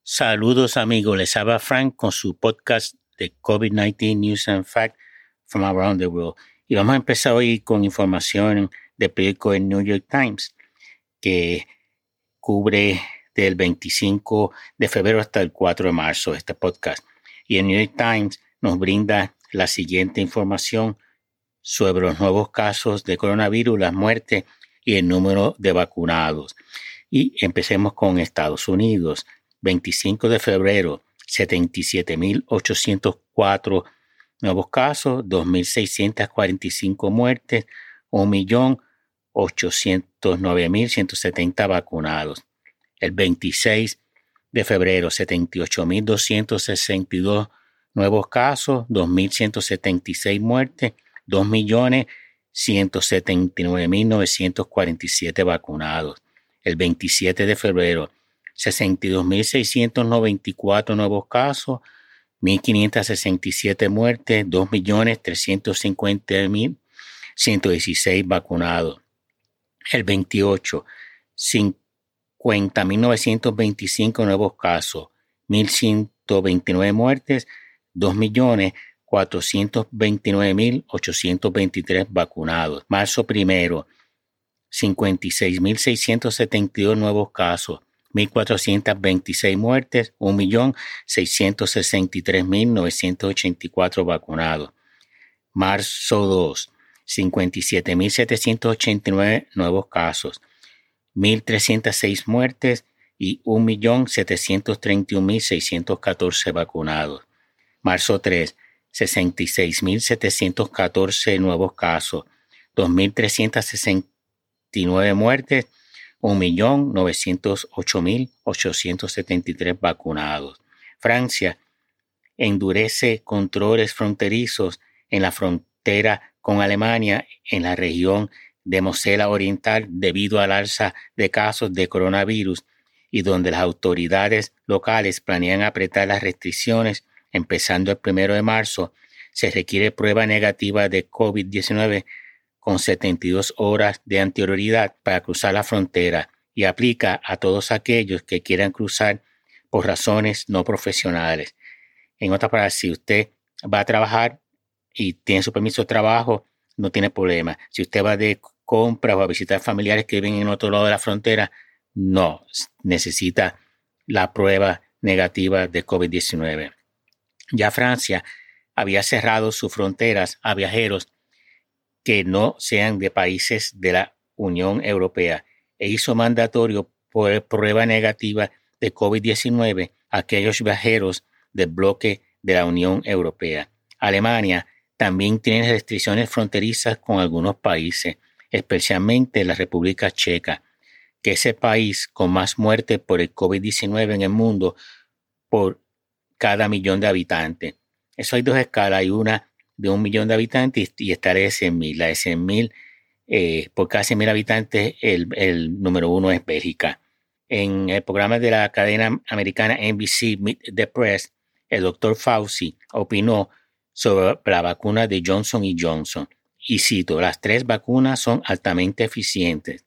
Saludos amigos, les habla Frank con su podcast de COVID-19 News and Facts from Around the World. Y vamos a empezar hoy con información del periódico El New York Times, que cubre del 25 de febrero hasta el 4 de marzo este podcast. Y el New York Times nos brinda la siguiente información sobre los nuevos casos de coronavirus, las muertes y el número de vacunados. Y empecemos con Estados Unidos. 25 de febrero, 77,804 nuevos casos, 2,645 muertes, 1,809,170 vacunados. El 26 de febrero, 78,262 nuevos casos, 2,176 muertes, 2,179,947 vacunados. El 27 de febrero, 62,694 nuevos casos, 1,567 muertes, 2,350,116 vacunados. El 28, 50,925 nuevos casos, 1,129 muertes, 2,429,823 vacunados. Marzo 1, 56,672 nuevos casos, 1,426 muertes, 1,663,984 vacunados. Marzo 2, 57,789 nuevos casos, 1,306 muertes y 1,731,614 vacunados. Marzo 3, 66,714 nuevos casos, 2,369 muertes, 1,908,873 vacunados. Francia endurece controles fronterizos en la frontera con Alemania en la región de Mosela Oriental debido al alza de casos de coronavirus y donde las autoridades locales planean apretar las restricciones empezando el 1 de marzo. Se requiere prueba negativa de COVID-19 con 72 horas de anterioridad para cruzar la frontera y aplica a todos aquellos que quieran cruzar por razones no profesionales. En otras palabras, si usted va a trabajar y tiene su permiso de trabajo, no tiene problema. Si usted va de compras o a visitar familiares que viven en otro lado de la frontera, no necesita la prueba negativa de COVID-19. Ya Francia había cerrado sus fronteras a viajeros que no sean de países de la Unión Europea e hizo mandatorio por prueba negativa de COVID-19 a aquellos viajeros del bloque de la Unión Europea. Alemania también tiene restricciones fronterizas con algunos países, especialmente la República Checa, que es el país con más muertes por el COVID-19 en el mundo por cada millón de habitantes. Eso hay dos escalas, hay una de 1 millón de habitantes y esta de 100,000. La de 100,000, por cada 100,000 habitantes, el número uno es Bélgica. En el programa de la cadena americana NBC Meet the Press, el doctor Fauci opinó sobre la vacuna de Johnson & Johnson. Y cito, las 3 vacunas son altamente eficientes,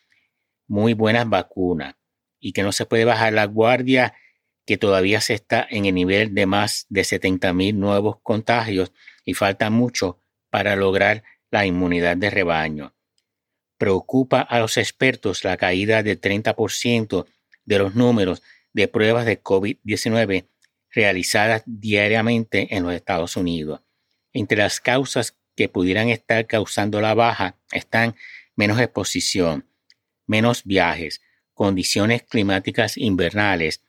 muy buenas vacunas y que no se puede bajar la guardia, que todavía se está en el nivel de más de 70,000 nuevos contagios y falta mucho para lograr la inmunidad de rebaño. Preocupa a los expertos la caída del 30% de los números de pruebas de COVID-19 realizadas diariamente en los Estados Unidos. Entre las causas que pudieran estar causando la baja están menos exposición, menos viajes, condiciones climáticas invernales,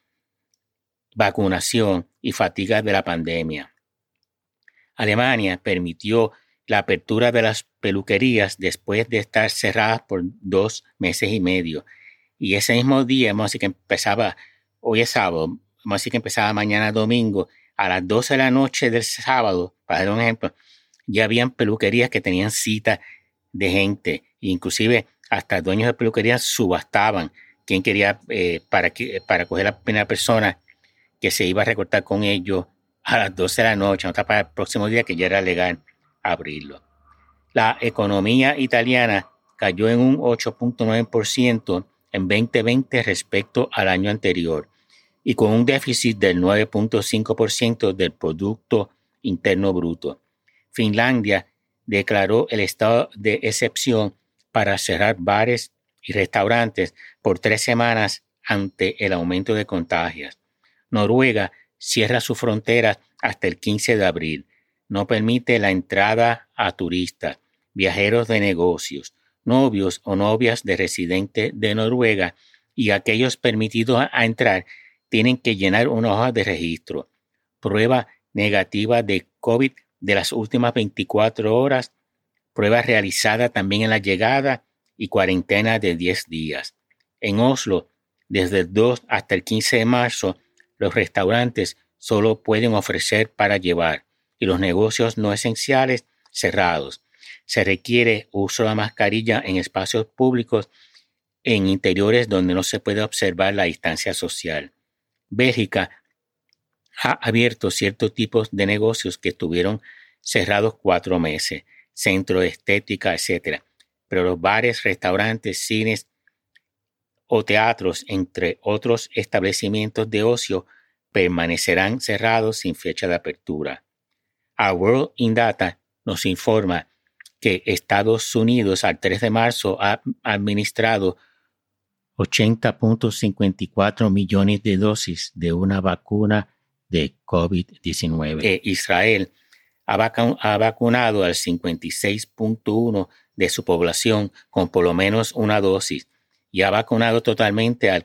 vacunación y fatiga de la pandemia. Alemania permitió la apertura de las peluquerías después de estar cerradas por 2 meses y medio. Y ese mismo día, vamos a decir que empezaba, hoy es sábado, vamos a decir que empezaba mañana domingo, a las 12 de la noche del sábado, para dar un ejemplo, ya habían peluquerías que tenían cita de gente, inclusive hasta dueños de peluquerías subastaban quién quería para coger a la primera persona que se iba a recortar con ellos a las 12 de la noche, no para el próximo día que ya era legal abrirlo. La economía italiana cayó en un 8.9% en 2020 respecto al año anterior. y con un déficit del 9.5% del Producto Interno Bruto. Finlandia declaró el estado de excepción para cerrar bares y restaurantes por 3 semanas ante el aumento de contagios. Noruega cierra sus fronteras hasta el 15 de abril. No permite la entrada a turistas, viajeros de negocios, novios o novias de residentes de Noruega y aquellos permitidos a entrar tienen que llenar una hoja de registro. Prueba negativa de COVID de las últimas 24 horas, prueba realizada también en la llegada y cuarentena de 10 días. En Oslo, desde el 2 hasta el 15 de marzo, los restaurantes solo pueden ofrecer para llevar y los negocios no esenciales cerrados. Se requiere uso de la mascarilla en espacios públicos en interiores donde no se puede observar la distancia social. Bélgica ha abierto ciertos tipos de negocios que estuvieron cerrados 4 meses, centro de estética, etc. Pero los bares, restaurantes, cines o teatros, entre otros establecimientos de ocio, permanecerán cerrados sin fecha de apertura. A World in Data nos informa que Estados Unidos al 3 de marzo ha administrado 80.54 millones de dosis de una vacuna de COVID-19. Israel ha vacunado al 56.1% de su población con por lo menos una dosis y ha vacunado totalmente al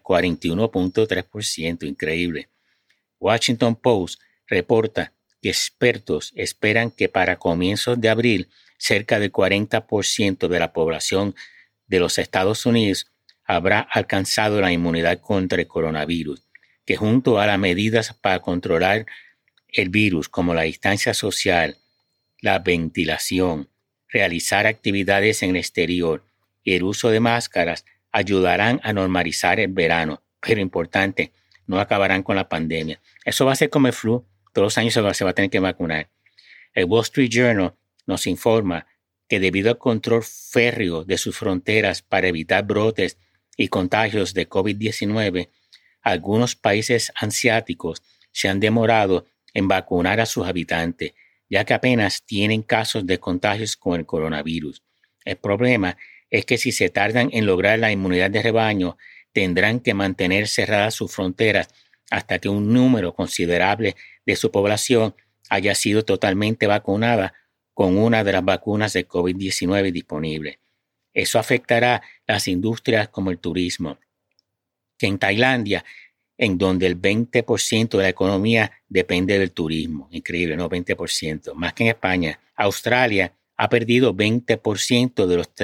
41.3%. Increíble. Washington Post reporta que expertos esperan que para comienzos de abril cerca del 40% de la población de los Estados Unidos habrá alcanzado la inmunidad contra el coronavirus, que junto a las medidas para controlar el virus como la distancia social, la ventilación, realizar actividades en el exterior y el uso de máscaras ayudarán a normalizar el verano, pero importante, no acabarán con la pandemia. Eso va a ser como el flu, todos los años se va a tener que vacunar. El Wall Street Journal nos informa que debido al control férreo de sus fronteras para evitar brotes y contagios de COVID-19, algunos países asiáticos se han demorado en vacunar a sus habitantes, ya que apenas tienen casos de contagios con el coronavirus. El problema es que si se tardan en lograr la inmunidad de rebaño, tendrán que mantener cerradas sus fronteras hasta que un número considerable de su población haya sido totalmente vacunada con una de las vacunas de COVID-19 disponibles. Eso afectará las industrias como el turismo, que en Tailandia, en donde el 20% de la economía depende del turismo. Increíble, ¿no? 20%, más que en España. Australia ha perdido 20% de los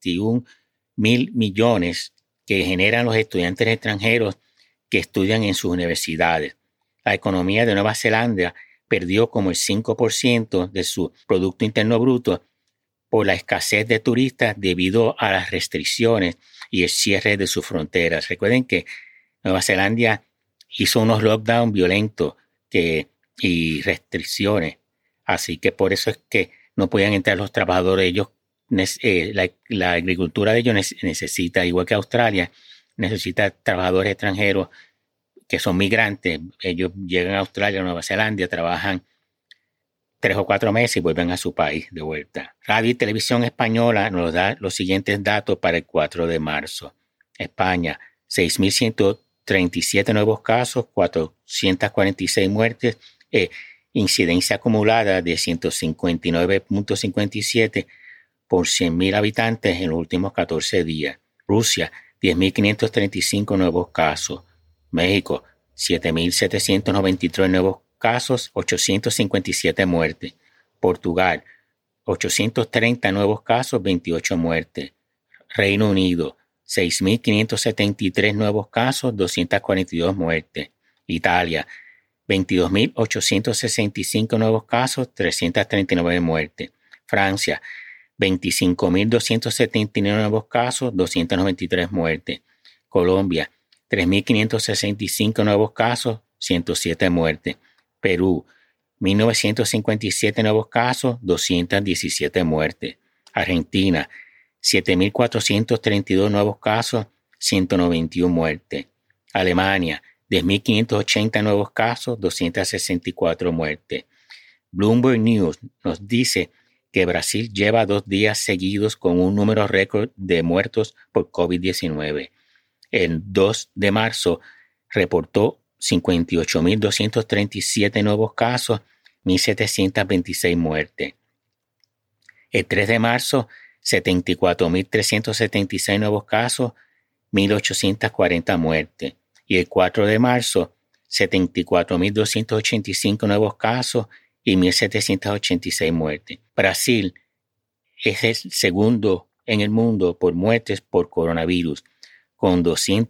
31,000 millones que generan los estudiantes extranjeros que estudian en sus universidades. La economía de Nueva Zelanda perdió como el 5% de su Producto Interno Bruto por la escasez de turistas debido a las restricciones y el cierre de sus fronteras. Recuerden que Nueva Zelanda hizo unos lockdowns violentos y restricciones, así que por eso es que no podían entrar los trabajadores. Ellos, la agricultura de ellos necesita, igual que Australia, necesita trabajadores extranjeros que son migrantes. Ellos llegan a Australia, a Nueva Zelanda, trabajan 3 o 4 meses y vuelven a su país de vuelta. Radio y Televisión Española nos da los siguientes datos para el 4 de marzo. España, 6.137 nuevos casos, 446 muertes, incidencia acumulada de 159.57 por 100.000 habitantes en los últimos 14 días. Rusia, 10.535 nuevos casos. México, 7.793 nuevos casos, 857 muertes. Portugal, 830 nuevos casos, 28 muertes. Reino Unido, 6.573 nuevos casos, 242 muertes. Italia, 22.865 nuevos casos, 339 muertes. Francia, 25.279 nuevos casos, 293 muertes. Colombia, 3.565 nuevos casos, 107 muertes. Perú, 1.957 nuevos casos, 217 muertes. Argentina, 7.432 nuevos casos, 191 muertes. Alemania, 10.580 nuevos casos, 264 muertes. Bloomberg News nos dice que Brasil lleva 2 días seguidos con un número récord de muertos por COVID-19. El 2 de marzo reportó 58.237 nuevos casos, 1.726 muertes. El 3 de marzo, 74.376 nuevos casos, 1.840 muertes. Y el 4 de marzo, 74.285 nuevos casos y 1.786 muertes. Brasil es el segundo en el mundo por muertes por coronavirus, con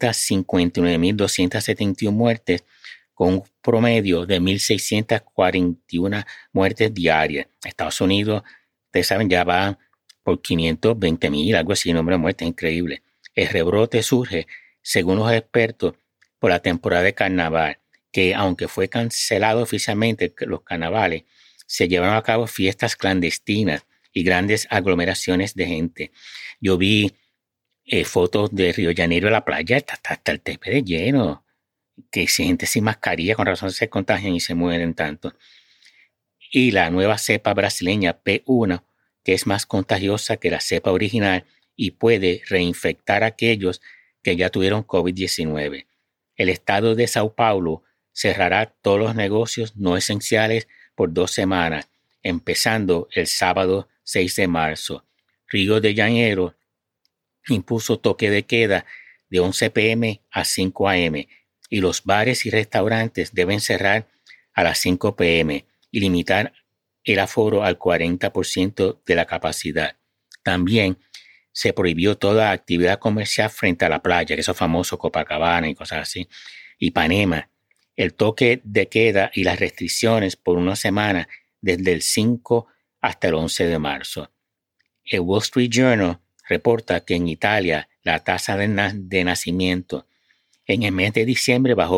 259.271 muertes, con un promedio de 1.641 muertes diarias. Estados Unidos, ustedes saben, ya va por 520.000, algo así, número de muertes increíble. El rebrote surge, según los expertos, por la temporada de carnaval, que aunque fue cancelado oficialmente los carnavales, se llevaron a cabo fiestas clandestinas y grandes aglomeraciones de gente. Yo vi fotos de Río de Janeiro de la playa, hasta el tepe de lleno, que gente sin mascarilla, con razón se contagian y se mueren tanto. Y la nueva cepa brasileña P1, que es más contagiosa que la cepa original y puede reinfectar a aquellos que ya tuvieron COVID-19. El estado de Sao Paulo cerrará todos los negocios no esenciales por 2 semanas, empezando el sábado 6 de marzo. Río de Janeiro impuso toque de queda de 11 p.m. a 5 a.m. y los bares y restaurantes deben cerrar a las 5 p.m. y limitar el aforo al 40% de la capacidad. También se prohibió toda actividad comercial frente a la playa, que eso es famoso, Copacabana y cosas así, Ipanema. El toque de queda y las restricciones por una semana desde el 5 hasta el 11 de marzo. El Wall Street Journal reporta que en Italia la tasa de nacimiento en el mes de diciembre bajó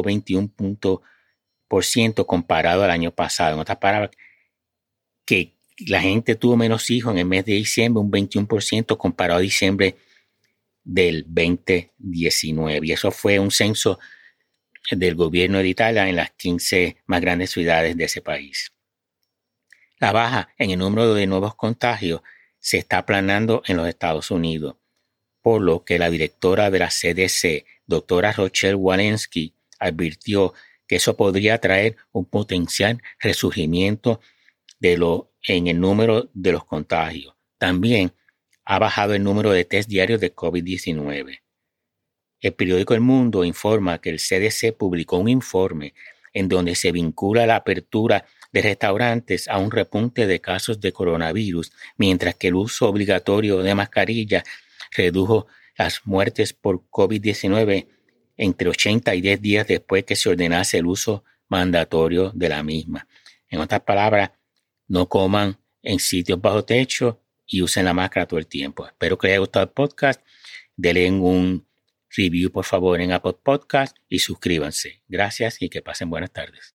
21% comparado al año pasado. En otras palabras, que la gente tuvo menos hijos en el mes de diciembre, un 21% comparado a diciembre del 2019. Y eso fue un censo del gobierno de Italia en las 15 más grandes ciudades de ese país. La baja en el número de nuevos contagios se está aplanando en los Estados Unidos, por lo que la directora de la CDC, doctora Rochelle Walensky, advirtió que eso podría traer un potencial resurgimiento en el número de los contagios. También ha bajado el número de test diarios de COVID-19. El periódico El Mundo informa que el CDC publicó un informe en donde se vincula la apertura de restaurantes a un repunte de casos de coronavirus, mientras que el uso obligatorio de mascarilla redujo las muertes por COVID-19 entre 80 y 10 días después que se ordenase el uso mandatorio de la misma. En otras palabras, no coman en sitios bajo techo y usen la máscara todo el tiempo. Espero que les haya gustado el podcast. Denle un review, por favor, en Apple Podcast y suscríbanse. Gracias y que pasen buenas tardes.